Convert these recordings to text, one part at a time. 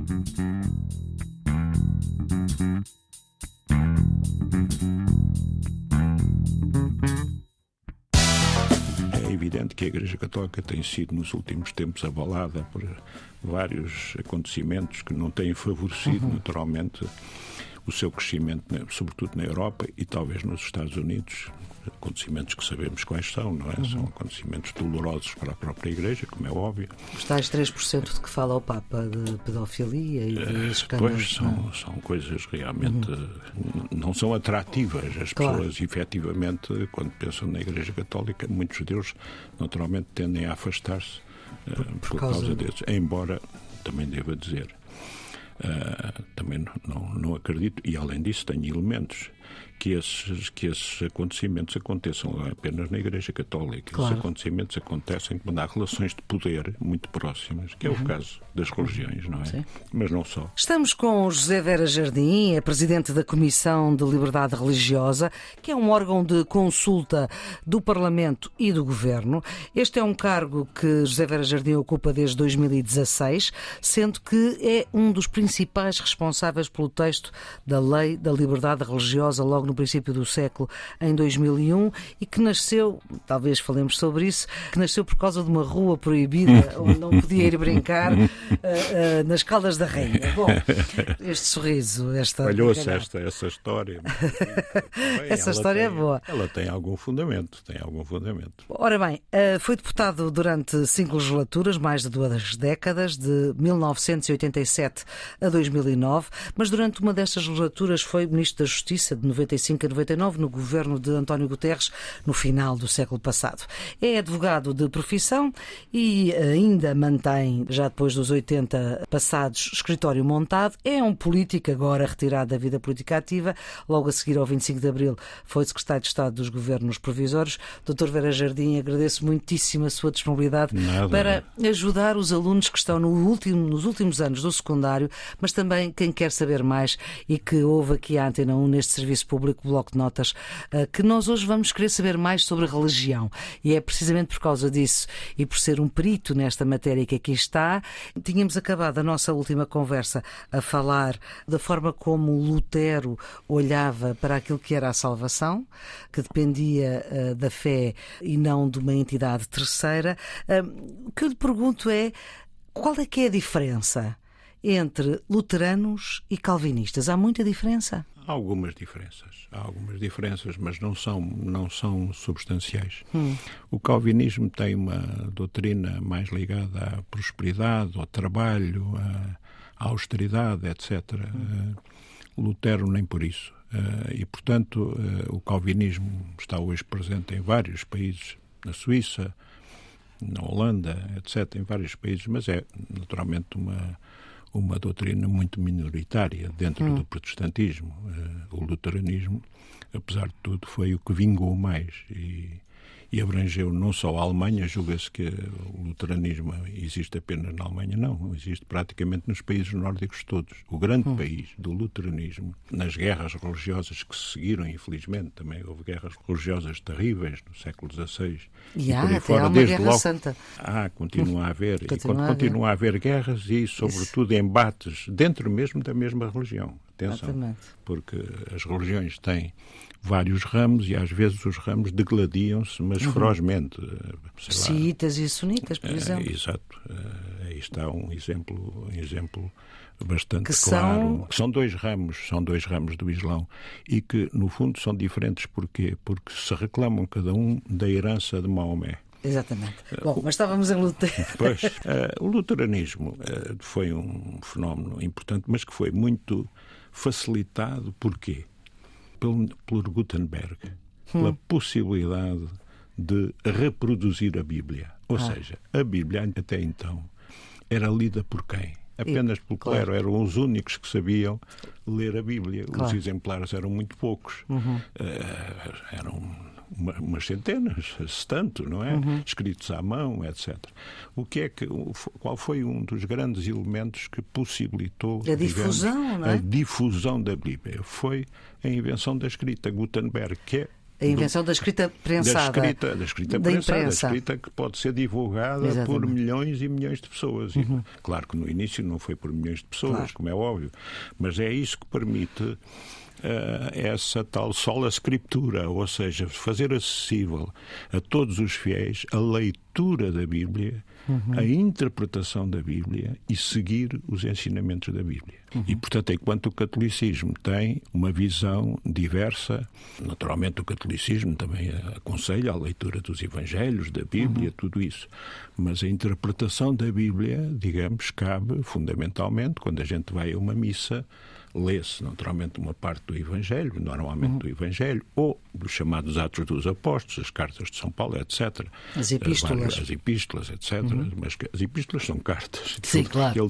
É evidente que a Igreja Católica tem sido, nos últimos tempos, abalada por vários acontecimentos que não têm favorecido, naturalmente, o seu crescimento, sobretudo na Europa e talvez nos Estados Unidos. Acontecimentos que sabemos quais são, não é? São acontecimentos dolorosos para a própria Igreja, como é óbvio. Os tais 3% de que fala o Papa, de pedofilia e de escândalos. Pois, são coisas realmente... Não são atrativas. As pessoas, efetivamente, quando pensam na Igreja Católica, muitos deles, naturalmente, tendem a afastar-se por causa desses. Embora, também deva dizer, também não acredito, e além disso tenho elementos, que esses acontecimentos aconteçam apenas na Igreja Católica. Claro. Esses acontecimentos acontecem quando há relações de poder muito próximas, que é o caso das religiões, não é? Sim. Mas não só. Estamos com José Vera Jardim, é presidente da Comissão de Liberdade Religiosa, que é um órgão de consulta do Parlamento e do Governo. Este é um cargo que José Vera Jardim ocupa desde 2016, sendo que é um dos principais responsáveis pelo texto da Lei da Liberdade Religiosa, logo no princípio do século, em 2001, e que nasceu, talvez falemos sobre isso, que nasceu por causa de uma rua proibida, onde não podia ir brincar, nas Caldas da Rainha. Bom, este sorriso, Falhou-se essa história. Essa história é boa. Ela tem algum fundamento, Ora bem, foi deputado durante 5 legislaturas, mais de 2 décadas, de 1987 a 2009, mas durante uma destas legislaturas foi Ministro da Justiça, de 95 a 99, no governo de António Guterres, no final do século passado. É advogado de profissão e ainda mantém, já depois dos 80 passados, escritório montado. É um político agora retirado da vida política ativa. Logo a seguir, ao 25 de Abril, foi secretário de Estado dos Governos Provisórios. Dr. Vera Jardim, agradeço muitíssimo a sua disponibilidade para ajudar os alunos que estão nos últimos anos do secundário, mas também quem quer saber mais e que ouve aqui a Antena 1 neste Serviço Público Bloco de Notas, que nós hoje vamos querer saber mais sobre religião. E é precisamente por causa disso e por ser um perito nesta matéria que aqui está. Tínhamos acabado a nossa última conversa a falar da forma como Lutero olhava para aquilo que era a salvação, que dependia da fé e não de uma entidade terceira. O que eu lhe pergunto é, qual é que é a diferença entre luteranos e calvinistas? Há muita diferença? Há algumas diferenças, mas não são substanciais. O calvinismo tem uma doutrina mais ligada à prosperidade, ao trabalho, à austeridade, etc. Lutero nem por isso. E, portanto, o calvinismo está hoje presente em vários países, na Suíça, na Holanda, etc., em vários países, mas é naturalmente uma doutrina muito minoritária dentro do protestantismo. O luteranismo, apesar de tudo, foi o que vingou mais e abrangeu não só a Alemanha. Julga-se que o luteranismo existe apenas na Alemanha. Não, existe praticamente nos países nórdicos todos. O grande país do luteranismo, nas guerras religiosas que se seguiram, infelizmente, também houve guerras religiosas terríveis no século XVI. E por aí até fora, há uma desde guerra logo, santa. Continua a haver. E quando continua a haver guerras e, sobretudo, embates dentro mesmo da mesma religião. Atenção, Exatamente. porque as religiões têm vários ramos e às vezes os ramos degladiam-se, mas ferozmente. Xiitas e sunitas, por exemplo. Exato. Aí está um exemplo bastante Que claro. São dois ramos do Islão e que, no fundo, são diferentes. Porquê? Porque se reclamam cada um da herança de Maomé. Exatamente. Bom, mas estávamos em Lutero. Pois, o luteranismo foi um fenómeno importante, mas que foi muito facilitado. Porquê? Por Gutenberg, pela possibilidade de reproduzir a Bíblia. Ou seja, a Bíblia até então era lida por quem? Apenas pelo clero. Eram os únicos que sabiam ler a Bíblia. Os exemplares eram muito poucos. Eram umas centenas, se tanto, não é? Escritos à mão, etc. Qual foi um dos grandes elementos que possibilitou a difusão, não é? A difusão da Bíblia? Foi a invenção da escrita. Gutenberg, que é A invenção da escrita prensada. Da escrita prensada, a escrita que pode ser divulgada por milhões e milhões de pessoas. Claro que no início não foi por milhões de pessoas, como é óbvio, mas é isso que permite essa tal sola scriptura, ou seja, fazer acessível a todos os fiéis a leitura da Bíblia, a interpretação da Bíblia e seguir os ensinamentos da Bíblia. E, portanto, enquanto o catolicismo tem uma visão diversa, naturalmente o catolicismo também aconselha a leitura dos Evangelhos, da Bíblia, tudo isso. Mas a interpretação da Bíblia, digamos, cabe fundamentalmente, quando a gente vai a uma missa, lê-se naturalmente uma parte do Evangelho, normalmente do Evangelho, ou dos chamados Atos dos Apóstolos, as cartas de São Paulo, etc. As epístolas. As epístolas, etc. Mas as epístolas são cartas. Sim, claro. Que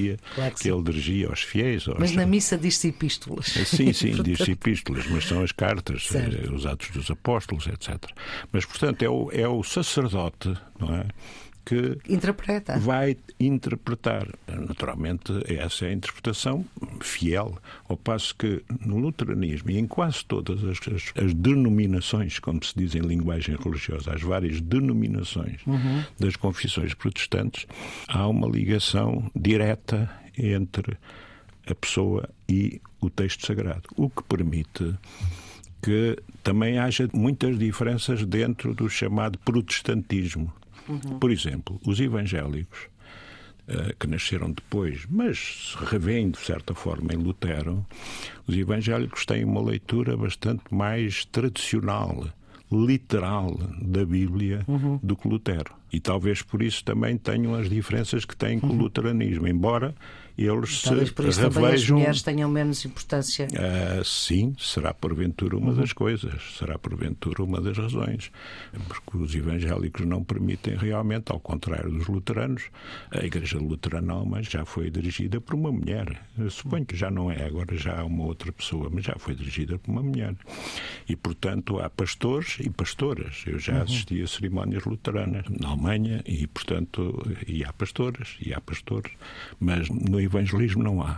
ele dirigia aos fiéis. Mas na missa diz-se epístolas. Sim, diz-se epístolas, mas são as cartas, os Atos dos Apóstolos, etc. Mas, portanto, é o sacerdote, não é? Que vai interpretar. Naturalmente, essa é a interpretação fiel, ao passo que no luteranismo e em quase todas as denominações, como se diz em linguagem religiosa, as várias denominações das confissões protestantes, há uma ligação direta entre a pessoa e o texto sagrado, o que permite que também haja muitas diferenças dentro do chamado protestantismo. Por exemplo, os evangélicos, que nasceram depois, mas se revêem de certa forma em Lutero, os evangélicos têm uma leitura bastante mais tradicional, literal da Bíblia do que Lutero. E talvez por isso também tenham as diferenças que têm com o luteranismo, embora eles talvez por isso revejam... também as mulheres tenham menos importância. Sim, será porventura uma das coisas, será porventura uma das razões, porque os evangélicos não permitem realmente, ao contrário dos luteranos, a Igreja Luterana Alemã já foi dirigida por uma mulher. Eu suponho que já não é, agora já há uma outra pessoa, mas já foi dirigida por uma mulher. E, portanto, há pastores e pastoras. Eu já assisti a cerimónias luteranas na Alemanha e, portanto, e há pastoras e há pastores, mas no evangelismo não há.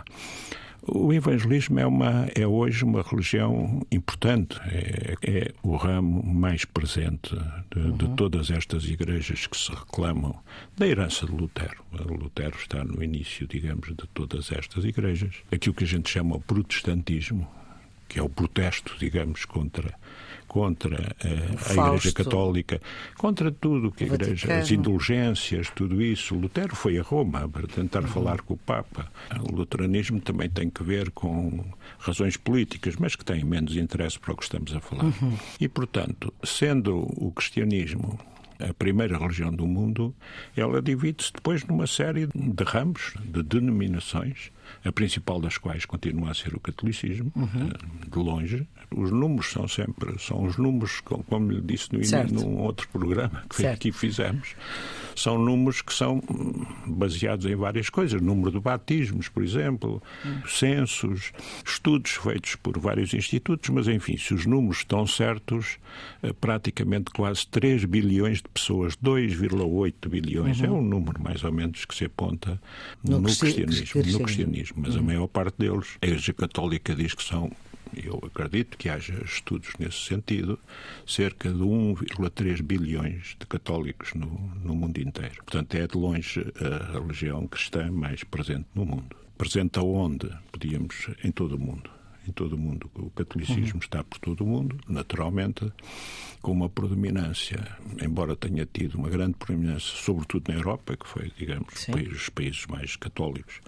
O evangelismo é hoje uma religião importante, é o ramo mais presente de todas estas igrejas que se reclamam da herança de Lutero. Lutero está no início, digamos, de todas estas igrejas. Aquilo que a gente chama o protestantismo, que é o protesto, digamos, contra a Igreja Católica, contra tudo que a Igreja, as indulgências, tudo isso. Lutero foi a Roma para tentar falar com o Papa. O luteranismo também tem que ver com razões políticas, mas que têm menos interesse para o que estamos a falar. E, portanto, sendo o cristianismo a primeira religião do mundo, ela divide-se depois numa série de ramos, de denominações, a principal das quais continua a ser o catolicismo, de longe. Os números são os números, como lhe disse num outro programa que aqui fizemos, são números que são baseados em várias coisas. Número de batismos, por exemplo, censos, estudos feitos por vários institutos, mas enfim, se os números estão certos, praticamente quase 3 bilhões de pessoas, 2,8 bilhões, é um número mais ou menos que se aponta no cristianismo. Mas a maior parte deles, a Igreja Católica diz que são, eu acredito que haja estudos nesse sentido, cerca de 1,3 bilhões de católicos no mundo inteiro. Portanto, é de longe a religião cristã mais presente no mundo. Presente aonde? Podíamos, em todo o mundo. Em todo o mundo. O catolicismo está por todo o mundo, naturalmente, com uma predominância, embora tenha tido uma grande predominância, sobretudo na Europa, que foi, digamos, os países mais católicos.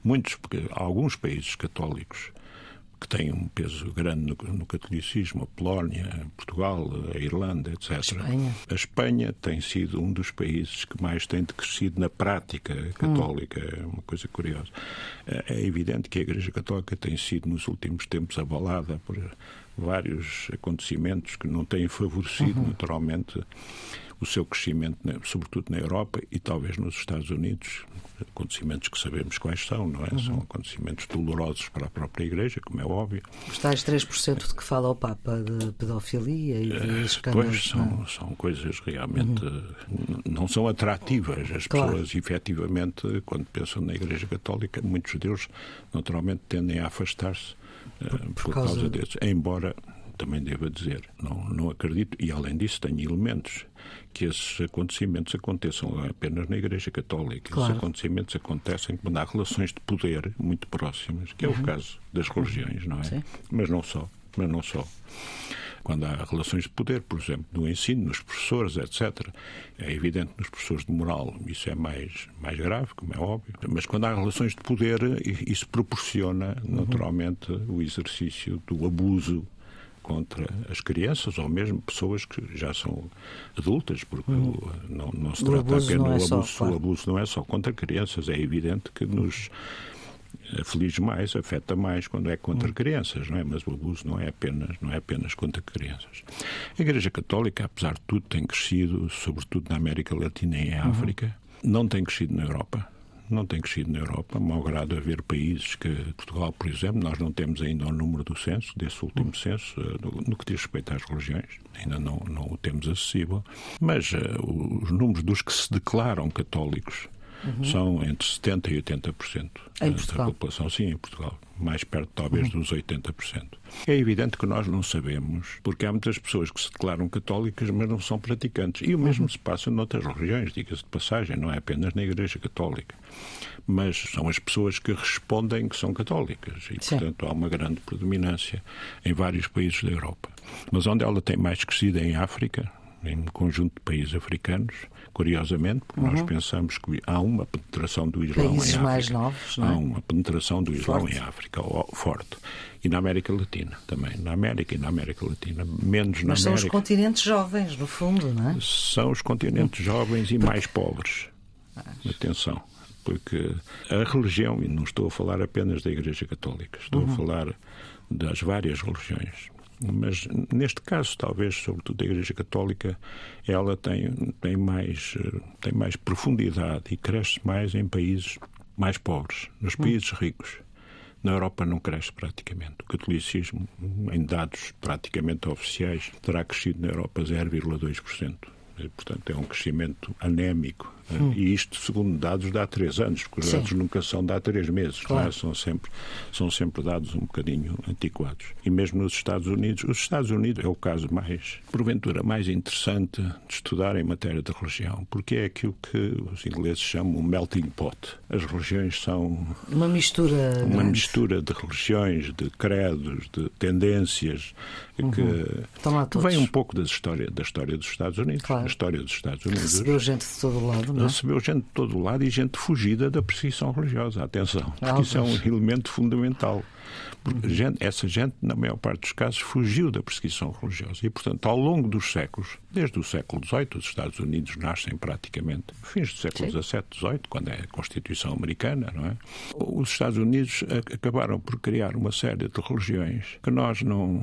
Alguns países católicos que têm um peso grande no catolicismo, a Polónia, Portugal, a Irlanda, etc. A Espanha tem sido um dos países que mais tem decrescido na prática católica. É uma coisa curiosa. É evidente que a Igreja Católica tem sido, nos últimos tempos, abalada por vários acontecimentos que não têm favorecido, naturalmente, o seu crescimento, sobretudo na Europa e talvez nos Estados Unidos. Acontecimentos que sabemos quais são, não é? São acontecimentos dolorosos para a própria Igreja, como é óbvio. Os tais 3% de que fala o Papa de pedofilia e de escândalos. Pois, são coisas realmente... não são atrativas. As pessoas, efetivamente, quando pensam na Igreja Católica, muitos deles, naturalmente, tendem a afastar-se por causa desses. Embora também devo dizer. Não acredito, e além disso tenho elementos que esses acontecimentos aconteçam apenas na Igreja Católica. Claro. Esses acontecimentos acontecem quando há relações de poder muito próximas, que é o caso das religiões, não é? Sim. Mas não só. Quando há relações de poder, por exemplo, no ensino, nos professores, etc. É evidente nos professores de moral, isso é mais grave, como é óbvio. Mas quando há relações de poder, isso proporciona, naturalmente, o exercício do abuso contra as crianças ou mesmo pessoas que já são adultas, porque não se trata apenas do abuso. O abuso não é só contra crianças. É evidente que nos aflige mais, afeta mais quando é contra crianças, não é? Mas o abuso não é apenas contra crianças. A Igreja Católica, apesar de tudo, tem crescido, sobretudo na América Latina e em África. Não tem crescido na Europa. Malgrado haver países que, Portugal, por exemplo, nós não temos ainda o número do censo, desse último censo, no que diz respeito às religiões, ainda não o temos acessível, mas os números dos que se declaram católicos são entre 70% e 80% da população. Sim, em Portugal. Mais perto, talvez, dos 80%. É evidente que nós não sabemos, porque há muitas pessoas que se declaram católicas, mas não são praticantes. E o mesmo se passa noutras religiões, diga-se de passagem, não é apenas na Igreja Católica. Mas são as pessoas que respondem que são católicas. E, portanto, há uma grande predominância em vários países da Europa. Mas onde ela tem mais crescido é em África, em um conjunto de países africanos, curiosamente, porque nós pensamos que há uma penetração do Islão países em África. mais novos, não é? Há uma penetração do Islão em África, forte. E na América Latina também. Na América e na América Latina, menos na América. Mas são os continentes jovens, no fundo, não é? São os continentes jovens e mais pobres. Atenção. Porque a religião, e não estou a falar apenas da Igreja Católica, estou a falar das várias religiões. Mas, neste caso, talvez, sobretudo a Igreja Católica, ela tem mais profundidade e cresce mais em países mais pobres. Nos países ricos, na Europa não cresce praticamente. O catolicismo, em dados praticamente oficiais, terá crescido na Europa 0,2%. Portanto, é um crescimento anémico. E isto, segundo dados, dá 3 anos, porque os dados nunca são de há 3 meses. Claro. Não é? São sempre dados um bocadinho antiquados. E mesmo nos Estados Unidos, é o caso porventura, mais interessante de estudar em matéria de religião, porque é aquilo que os ingleses chamam o melting pot. As religiões são uma mistura de religiões, de credos, de tendências, que vem um pouco da história dos Estados Unidos. Claro. A história dos Estados Unidos. Recebeu gente de todo lado, não é? Recebeu gente de todo lado e gente fugida da perseguição religiosa. Atenção, porque isso é um elemento fundamental. Porque essa gente, na maior parte dos casos, fugiu da perseguição religiosa. E, portanto, ao longo dos séculos, desde o século XVIII, os Estados Unidos nascem praticamente fins do século XVII, XVIII, quando é a Constituição Americana, não é? Os Estados Unidos acabaram por criar uma série de religiões que nós não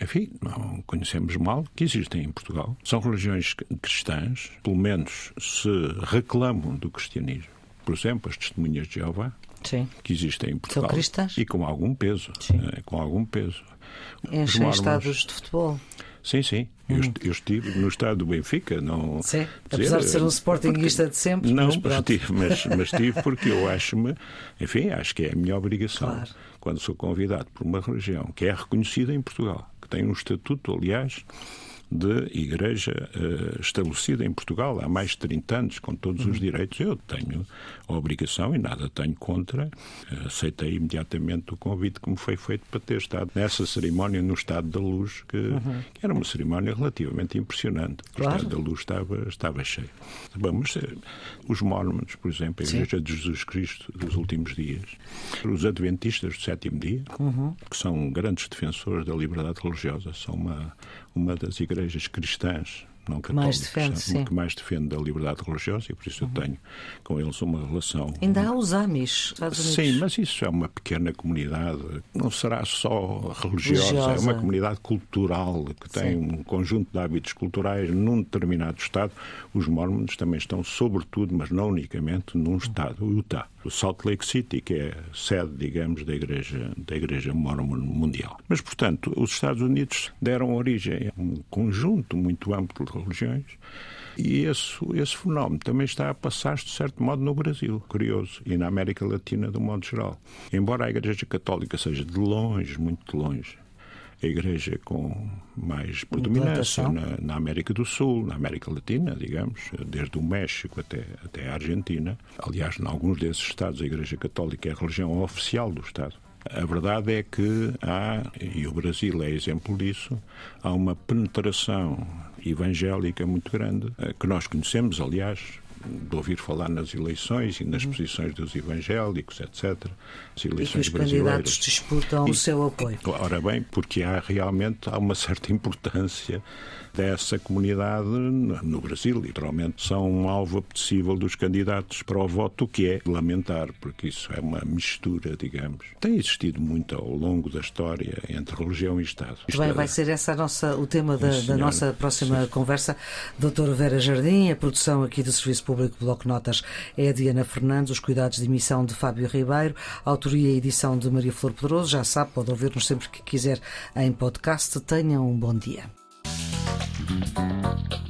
conhecemos mal, que existem em Portugal. São religiões cristãs, pelo menos se reclamam do cristianismo. Por exemplo, as Testemunhas de Jeová, que existem em Portugal. São cristãs. E com algum peso. Com algum peso. Enchem estádios de futebol. Sim. Eu estive no estádio do Benfica. Não sim, apesar de ser um sportinguista de sempre. Não, mas estive porque eu acho que é a minha obrigação. Claro. Quando sou convidado por uma religião que é reconhecida em Portugal, que tem um estatuto, aliás, de igreja estabelecida em Portugal há mais de 30 anos, com todos os direitos. Eu tenho a obrigação e nada tenho contra. Aceitei imediatamente o convite que me foi feito para ter estado nessa cerimónia no Estado da Luz, que era uma cerimónia relativamente impressionante. Claro. O Estado da Luz estava cheio. Bom, mas os Mormons, por exemplo, a Igreja de Jesus Cristo dos últimos dias, os Adventistas do sétimo dia, que são grandes defensores da liberdade religiosa, são uma das igrejas cristãs, não católicas, que mais defende a liberdade religiosa, e por isso eu tenho com eles uma relação. Ainda há os Amish, Estados Unidos. Sim, mas isso é uma pequena comunidade, não será só religiosa. É uma comunidade cultural que tem um conjunto de hábitos culturais num determinado estado. Os Mormons também estão, sobretudo, mas não unicamente, num estado, o Utah. O Salt Lake City, que é sede, digamos, da Igreja Mormon Mundial. Mas, portanto, os Estados Unidos deram origem a um conjunto muito amplo de religiões e esse fenómeno também está a passar-se, de certo modo, no Brasil, curioso, e na América Latina, de um modo geral. Embora a Igreja Católica seja de longe, muito de longe, a Igreja com mais predominância na América do Sul, na América Latina, digamos, desde o México até a Argentina. Aliás, em alguns desses Estados, a Igreja Católica é a religião oficial do Estado. A verdade é que e o Brasil é exemplo disso, há uma penetração evangélica muito grande, que nós conhecemos, aliás, de ouvir falar nas eleições e nas posições dos evangélicos, etc. As eleições e que os candidatos disputam o seu apoio. Ora bem, porque há uma certa importância dessa comunidade no Brasil. Literalmente são um alvo apetecível dos candidatos para o voto, o que é lamentar, porque isso é uma mistura, digamos. Tem existido muito ao longo da história entre religião e Estado. Bem, vai ser esse o tema da nossa próxima conversa. Doutora Vera Jardim, a produção aqui do Serviço Público Bloco Notas é a Diana Fernandes, os cuidados de emissão de Fábio Ribeiro, a autoria e edição de Maria Flor Pedroso. Já sabe, pode ouvir-nos sempre que quiser em podcast. Tenham um bom dia.